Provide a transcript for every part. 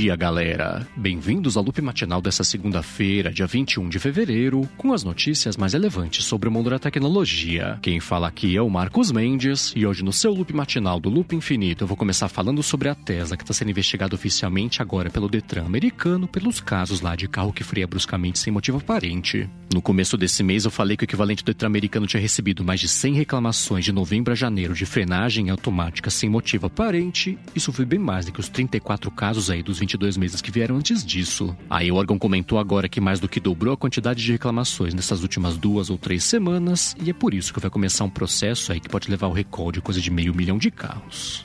dia, galera! Bem-vindos ao Loop Matinal dessa segunda-feira, dia 21 de fevereiro, com as notícias mais relevantes sobre o mundo da tecnologia. Quem fala aqui é o Marcos Mendes, e hoje no seu Loop Matinal do Loop Infinito eu vou começar falando sobre a Tesla, que está sendo investigada oficialmente agora pelo Detran americano pelos casos lá de carro que freia bruscamente sem motivo aparente. No começo desse mês eu falei que o equivalente do Detran americano tinha recebido mais de 100 reclamações de novembro a janeiro de frenagem automática sem motivo aparente. Isso foi bem mais do que os 34 casos aí dos 22 meses que vieram antes disso. Aí o órgão comentou agora que mais do que dobrou a quantidade de reclamações nessas últimas 2 ou 3 semanas, e é por isso que vai começar um processo aí que pode levar ao recall de coisa de 500 mil de carros.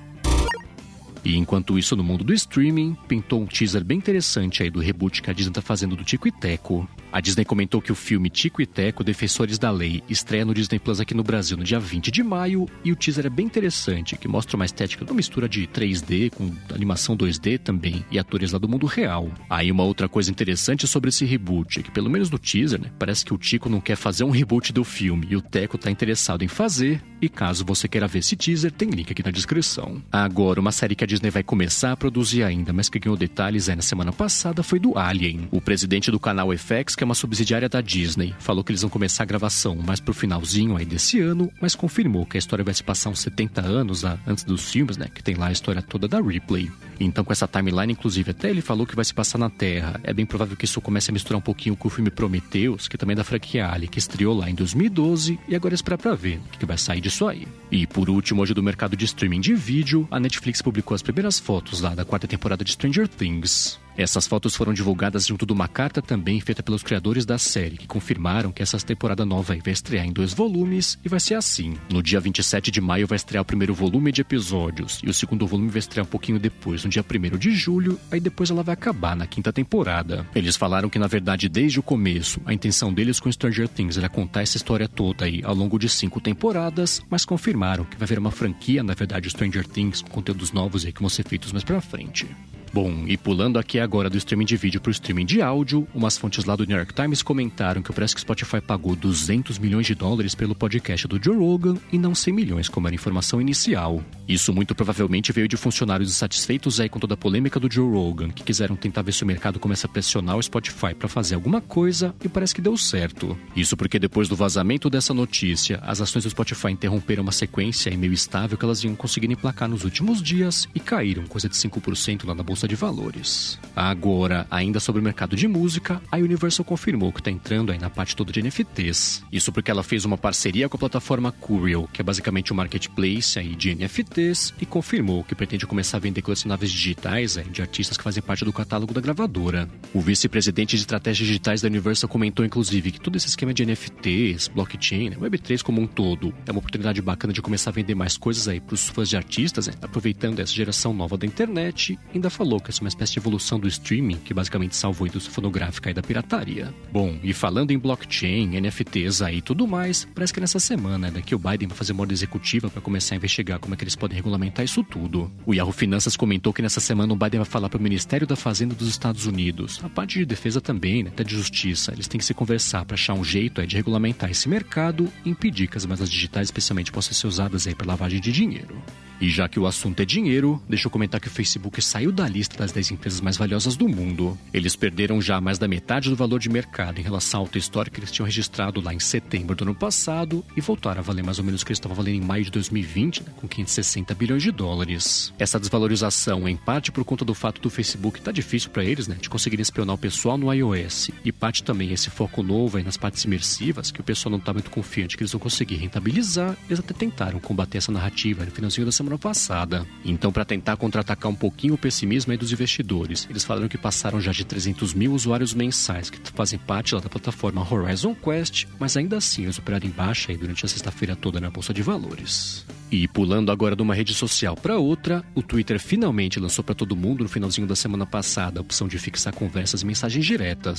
E enquanto isso, no mundo do streaming, pintou um teaser bem interessante aí do reboot que a Disney tá fazendo do Tico e Teco. A Disney comentou que o filme Tico e Teco, Defensores da Lei, estreia no Disney Plus aqui no Brasil no dia 20 de maio, e o teaser é bem interessante, que mostra uma estética de uma mistura de 3D com animação 2D também, e atores lá do mundo real. Aí uma outra coisa interessante sobre esse reboot é que, pelo menos no teaser, né, parece que o Tico não quer fazer um reboot do filme, e o Teco tá interessado em fazer, e caso você queira ver esse teaser, tem link aqui na descrição. Agora, uma série que a Disney vai começar a produzir ainda, mas que ganhou detalhes aí na semana passada, foi do Alien. O presidente do canal FX, que é uma subsidiária da Disney, falou que eles vão começar a gravação mais pro finalzinho aí desse ano, mas confirmou que a história vai se passar uns 70 anos antes dos filmes, né, que tem lá a história toda da Ripley. Então, com essa timeline, inclusive, até ele falou que vai se passar na Terra. É bem provável que isso comece a misturar um pouquinho com o filme Prometheus, que também é da franquia Alien, que estreou lá em 2012, e agora é esperar pra ver o que vai sair disso aí. E por último, hoje do mercado de streaming de vídeo, a Netflix publicou as primeiras fotos lá da 4ª temporada de Stranger Things. Essas fotos foram divulgadas junto de uma carta também feita pelos criadores da série, que confirmaram que essa temporada nova aí vai estrear em 2 volumes, e vai ser assim. No dia 27 de maio vai estrear o primeiro volume de episódios, e o segundo volume vai estrear um pouquinho depois, no dia 1º de julho, aí depois ela vai acabar na 5ª temporada. Eles falaram que, na verdade, desde o começo, a intenção deles com Stranger Things era contar essa história toda aí ao longo de 5 temporadas, mas confirmaram que vai haver uma franquia, na verdade, Stranger Things, com conteúdos novos aí que vão ser feitos mais pra frente. Bom, e pulando aqui agora do streaming de vídeo para o streaming de áudio, umas fontes lá do New York Times comentaram que parece que o Spotify pagou $200 milhões pelo podcast do Joe Rogan e não 100 milhões, como era a informação inicial. Isso muito provavelmente veio de funcionários insatisfeitos aí com toda a polêmica do Joe Rogan, que quiseram tentar ver se o mercado começa a pressionar o Spotify para fazer alguma coisa, e parece que deu certo. Isso porque depois do vazamento dessa notícia, as ações do Spotify interromperam uma sequência aí meio estável que elas iam conseguindo emplacar nos últimos dias e caíram coisa de 5% lá na bolsa de valores. Agora, ainda sobre o mercado de música, a Universal confirmou que está entrando aí na parte toda de NFTs. Isso porque ela fez uma parceria com a plataforma Kurial, que é basicamente um marketplace aí de NFTs, e confirmou que pretende começar a vender colecionáveis digitais aí de artistas que fazem parte do catálogo da gravadora. O vice-presidente de estratégias digitais da Universal comentou inclusive que todo esse esquema de NFTs, blockchain, Web3 como um todo, é uma oportunidade bacana de começar a vender mais coisas aí para os fãs de artistas, aproveitando essa geração nova da internet. Ainda falou que essa é uma espécie de evolução do streaming, que basicamente salvou a indústria fonográfica e da pirataria. Bom, e falando em blockchain, NFTs aí e tudo mais, parece que nessa semana, que o Biden vai fazer uma ordem executiva para começar a investigar como é que eles podem regulamentar isso tudo. O Yahoo Finanças comentou que nessa semana o Biden vai falar para o Ministério da Fazenda dos Estados Unidos, a parte de defesa também, até de justiça, eles têm que se conversar para achar um jeito aí de regulamentar esse mercado e impedir que as moedas digitais especialmente possam ser usadas aí para lavagem de dinheiro. E já que o assunto é dinheiro, deixa eu comentar que o Facebook saiu da lista das 10 empresas mais valiosas do mundo. Eles perderam já mais da metade do valor de mercado em relação à alta história que eles tinham registrado lá em setembro do ano passado e voltaram a valer mais ou menos o que eles estavam valendo em maio de 2020, com $560 bilhões. Essa desvalorização é em parte por conta do fato do Facebook tá difícil para eles, de conseguirem espionar o pessoal no iOS, e parte também esse foco novo aí nas partes imersivas, que o pessoal não tá muito confiante que eles vão conseguir rentabilizar. Eles até tentaram combater essa narrativa no finalzinho da semana passada. Então, para tentar contra-atacar um pouquinho o pessimismo aí dos investidores, eles falaram que passaram já de 300 mil usuários mensais que fazem parte lá da plataforma Horizon Quest, mas ainda assim eles operaram em baixa aí durante a sexta-feira toda na bolsa de valores. E pulando agora de uma rede social para outra, o Twitter finalmente lançou para todo mundo no finalzinho da semana passada a opção de fixar conversas e mensagens diretas.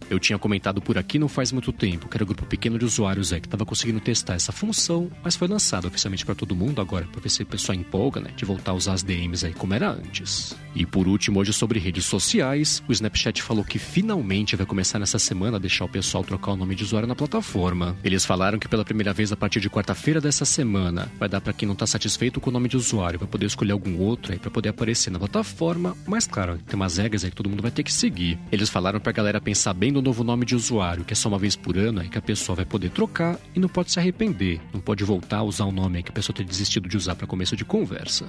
Eu tinha comentado por aqui não faz muito tempo que era um grupo pequeno de usuários que estava conseguindo testar essa função, mas foi lançado oficialmente para todo mundo agora, para ver se o pessoal empolga, né, de voltar a usar as DMs aí como era antes. E por último, hoje sobre redes sociais, o Snapchat falou que finalmente vai começar nessa semana a deixar o pessoal trocar o nome de usuário na plataforma. Eles falaram que pela primeira vez a partir de quarta-feira dessa semana vai dar para quem não tá satisfeito com o nome de usuário, vai poder escolher algum outro aí para poder aparecer na plataforma, mas claro, tem umas regras aí que todo mundo vai ter que seguir. Eles falaram pra galera pensar bem no novo nome de usuário, que é só uma vez por ano aí que a pessoa vai poder trocar e não pode se arrepender, não pode voltar a usar o nome aí que a pessoa tem desistido de usar para começo de conversa.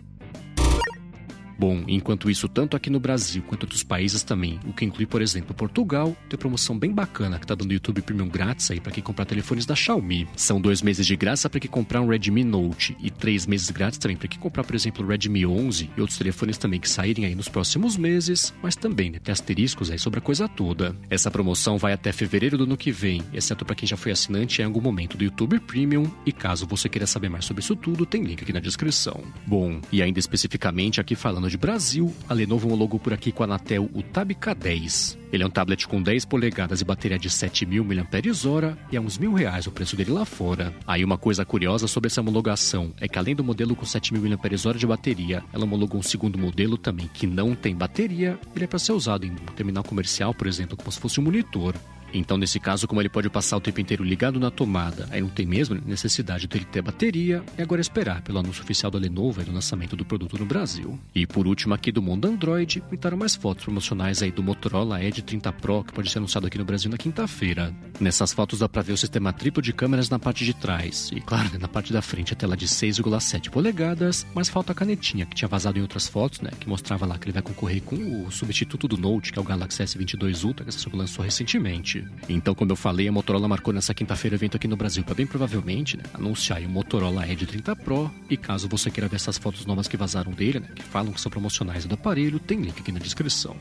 Bom, enquanto isso, tanto aqui no Brasil quanto em outros países também, o que inclui, por exemplo, Portugal, tem promoção bem bacana que tá dando YouTube Premium grátis aí pra quem comprar telefones da Xiaomi. São 2 meses de graça pra quem comprar um Redmi Note e 3 meses grátis também pra quem comprar, por exemplo, o Redmi 11 e outros telefones também que saírem aí nos próximos meses, mas também, né, tem asteriscos aí sobre a coisa toda. Essa promoção vai até fevereiro do ano que vem, exceto pra quem já foi assinante em algum momento do YouTube Premium, e caso você queira saber mais sobre isso tudo, tem link aqui na descrição. Bom, e ainda especificamente aqui falando de Brasil, a Lenovo homologou por aqui com a Anatel o Tab K10. Ele é um tablet com 10 polegadas e bateria de 7.000 mAh e é uns R$1.000 o preço dele lá fora. Aí uma coisa curiosa sobre essa homologação é que além do modelo com 7.000 mAh de bateria, ela homologou um segundo modelo também que não tem bateria. Ele é para ser usado em um terminal comercial, por exemplo, como se fosse um monitor. Então, nesse caso, como ele pode passar o tempo inteiro ligado na tomada, aí não tem mesmo necessidade dele ter bateria, é agora esperar pelo anúncio oficial da Lenovo e do lançamento do produto no Brasil. E por último, aqui do mundo Android, pintaram mais fotos promocionais aí do Motorola Edge 30 Pro, que pode ser anunciado aqui no Brasil na quinta-feira. Nessas fotos dá pra ver o sistema triplo de câmeras na parte de trás, e claro, na parte da frente a tela de 6,7 polegadas, mas falta a canetinha, que tinha vazado em outras fotos, né, que mostrava lá que ele vai concorrer com o substituto do Note, que é o Galaxy S22 Ultra, que essa lançou recentemente. Então, como eu falei, a Motorola marcou nessa quinta-feira evento aqui no Brasil para bem provavelmente, né, anunciar o Motorola Edge 30 Pro. E caso você queira ver essas fotos novas que vazaram dele, né, que falam que são promocionais do aparelho, tem link aqui na descrição.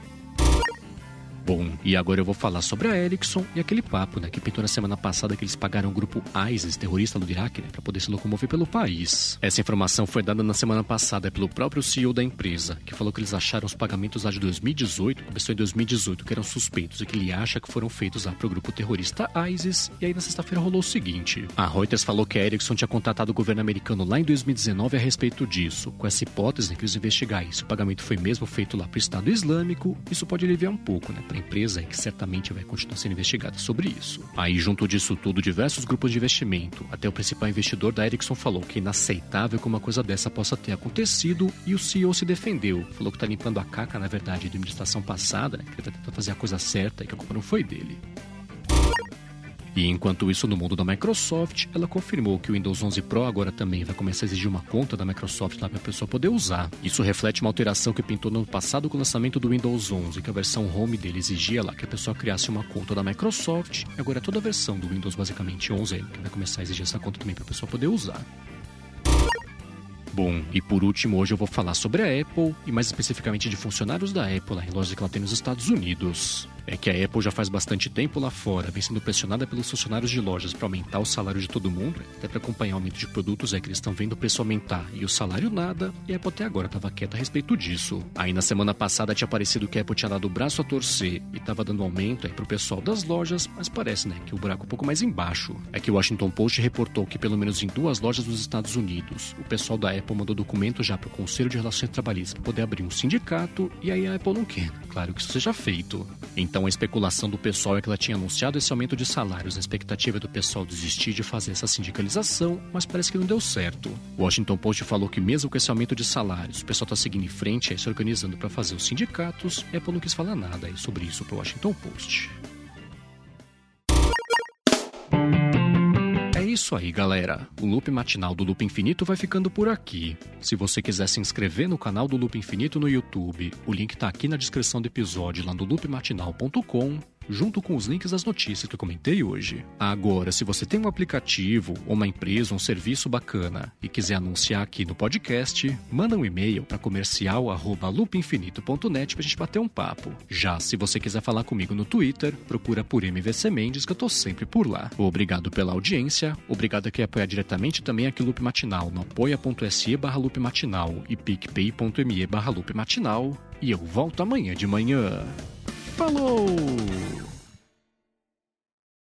Bom, e agora eu vou falar sobre a Ericsson e aquele papo, né, que pintou na semana passada que eles pagaram o grupo ISIS, terrorista do Iraque, né, para poder se locomover pelo país. Essa informação foi dada na semana passada pelo próprio CEO da empresa, que falou que eles acharam os pagamentos lá de 2018, começou em 2018, que eram suspeitos e que ele acha que foram feitos lá pro grupo terrorista ISIS. E aí na sexta-feira rolou o seguinte: a Reuters falou que a Ericsson tinha contatado o governo americano lá em 2019 a respeito disso, com essa hipótese, né, que eles investigarem se o pagamento foi mesmo feito lá pro Estado Islâmico. Isso pode aliviar um pouco, né, pra empresa que certamente vai continuar sendo investigada sobre isso. Aí, junto disso tudo, diversos grupos de investimento, até o principal investidor da Ericsson falou que é inaceitável que uma coisa dessa possa ter acontecido, e o CEO se defendeu, falou que tá limpando a caca, na verdade, da administração passada, né, que tá tentando fazer a coisa certa e que a culpa não foi dele. E enquanto isso, no mundo da Microsoft, ela confirmou que o Windows 11 Pro agora também vai começar a exigir uma conta da Microsoft lá para a pessoa poder usar. Isso reflete uma alteração que pintou no ano passado com o lançamento do Windows 11, que a versão Home dele exigia lá que a pessoa criasse uma conta da Microsoft. E agora é toda a versão do Windows, basicamente 11, que vai começar a exigir essa conta também para a pessoa poder usar. Bom, e por último, hoje eu vou falar sobre a Apple, e mais especificamente de funcionários da Apple lá em lojas que ela tem nos Estados Unidos. É que a Apple já faz bastante tempo lá fora, vem sendo pressionada pelos funcionários de lojas para aumentar o salário de todo mundo, até para acompanhar o aumento de produtos, que eles estão vendo o preço aumentar e o salário nada, e a Apple até agora estava quieta a respeito disso. Aí na semana passada tinha parecido que a Apple tinha dado o braço a torcer e estava dando aumento aí pro pessoal das lojas, mas parece, né, que o buraco é um pouco mais embaixo. É que o Washington Post reportou que pelo menos em 2 lojas dos Estados Unidos, o pessoal da Apple mandou documento já para o Conselho de Relações Trabalhistas para poder abrir um sindicato, e aí a Apple não quer. Claro que isso seja feito. Então a especulação do pessoal é que ela tinha anunciado esse aumento de salários, a expectativa do pessoal desistir de fazer essa sindicalização, mas parece que não deu certo. O Washington Post falou que mesmo com esse aumento de salários, o pessoal está seguindo em frente aí, se organizando para fazer os sindicatos. A Apple não quis falar nada aí sobre isso para o Washington Post. É isso aí, galera. O Loop Matinal do Loop Infinito vai ficando por aqui. Se você quiser se inscrever no canal do Loop Infinito no YouTube, o link tá aqui na descrição do episódio lá no loopmatinal.com, junto com os links das notícias que eu comentei hoje. Agora, se você tem um aplicativo, ou uma empresa, um serviço bacana e quiser anunciar aqui no podcast, manda um e-mail para comercial@loopinfinito.net pra gente bater um papo. Já se você quiser falar comigo no Twitter, procura por MVC Mendes, que eu tô sempre por lá. Obrigado pela audiência, obrigado a quem apoia diretamente também aqui o Loop Matinal no apoia.se/loopmatinal e picpay.me/loopmatinal, e eu volto amanhã de manhã. Falou!